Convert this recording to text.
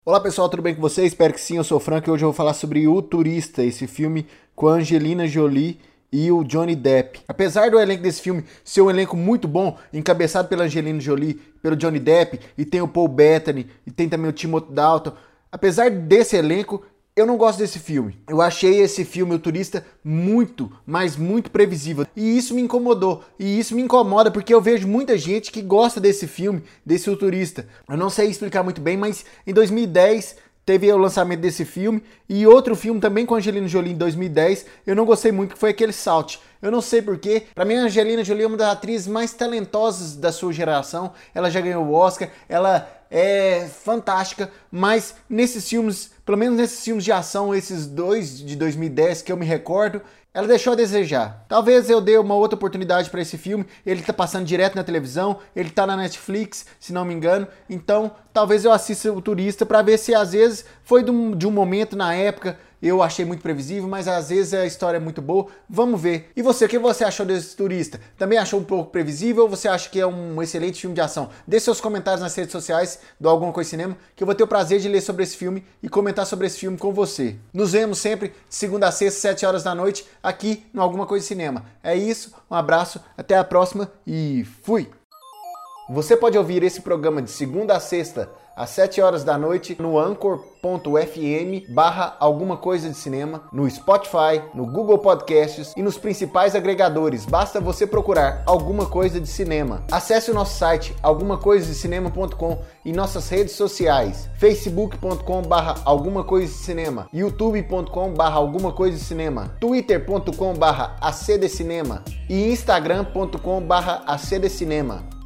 Olá pessoal, tudo bem com vocês? Espero que sim, eu sou o Franco e hoje eu vou falar sobre O Turista, esse filme com a Angelina Jolie e o Johnny Depp. Apesar do elenco desse filme ser um elenco muito bom, encabeçado pela Angelina Jolie, pelo Johnny Depp, e tem o Paul Bettany, e tem também o Timothy Dalton, apesar desse elenco, eu não gosto desse filme. Eu achei esse filme, O Turista, muito, mas muito previsível. E isso me incomodou. E isso me incomoda porque eu vejo muita gente que gosta desse filme, desse O Turista. Eu não sei explicar muito bem, mas em 2010 teve o lançamento desse filme e outro filme também com a Angelina Jolie em 2010. Eu não gostei muito, que foi aquele Salt. Eu não sei porquê. Pra mim, a Angelina Jolie é uma das atrizes mais talentosas da sua geração. Ela já ganhou o Oscar, ela é fantástica, mas nesses filmes, pelo menos nesses filmes de ação, esses dois de 2010 que eu me recordo, ela deixou a desejar. Talvez eu dê uma outra oportunidade para esse filme. Ele tá passando direto na televisão, ele tá na Netflix, se não me engano. Então, talvez eu assista O Turista para ver se às vezes foi de um momento na época eu achei muito previsível, mas às vezes a história é muito boa. Vamos ver. E você, o que você achou desse Turista? Também achou um pouco previsível ou você acha que é um excelente filme de ação? Deixe seus comentários nas redes sociais do Alguma Coisa Cinema, que eu vou ter o prazer de ler sobre esse filme e comentar sobre esse filme com você. Nos vemos sempre de segunda a sexta, 7 horas da noite, aqui no Alguma Coisa Cinema. É isso, um abraço, até a próxima e fui! Você pode ouvir esse programa de segunda a sexta, às 7 horas da noite, no anchor.fm/alguma coisa de cinema, no Spotify, no Google Podcasts e nos principais agregadores. Basta você procurar Alguma Coisa de Cinema. Acesse o nosso site, algumacoisadecinema.com, e nossas redes sociais, facebook.com/alguma coisa de cinema, youtube.com/alguma coisa de cinema, twitter.com/acdcinema e instagram.com/acdcinema.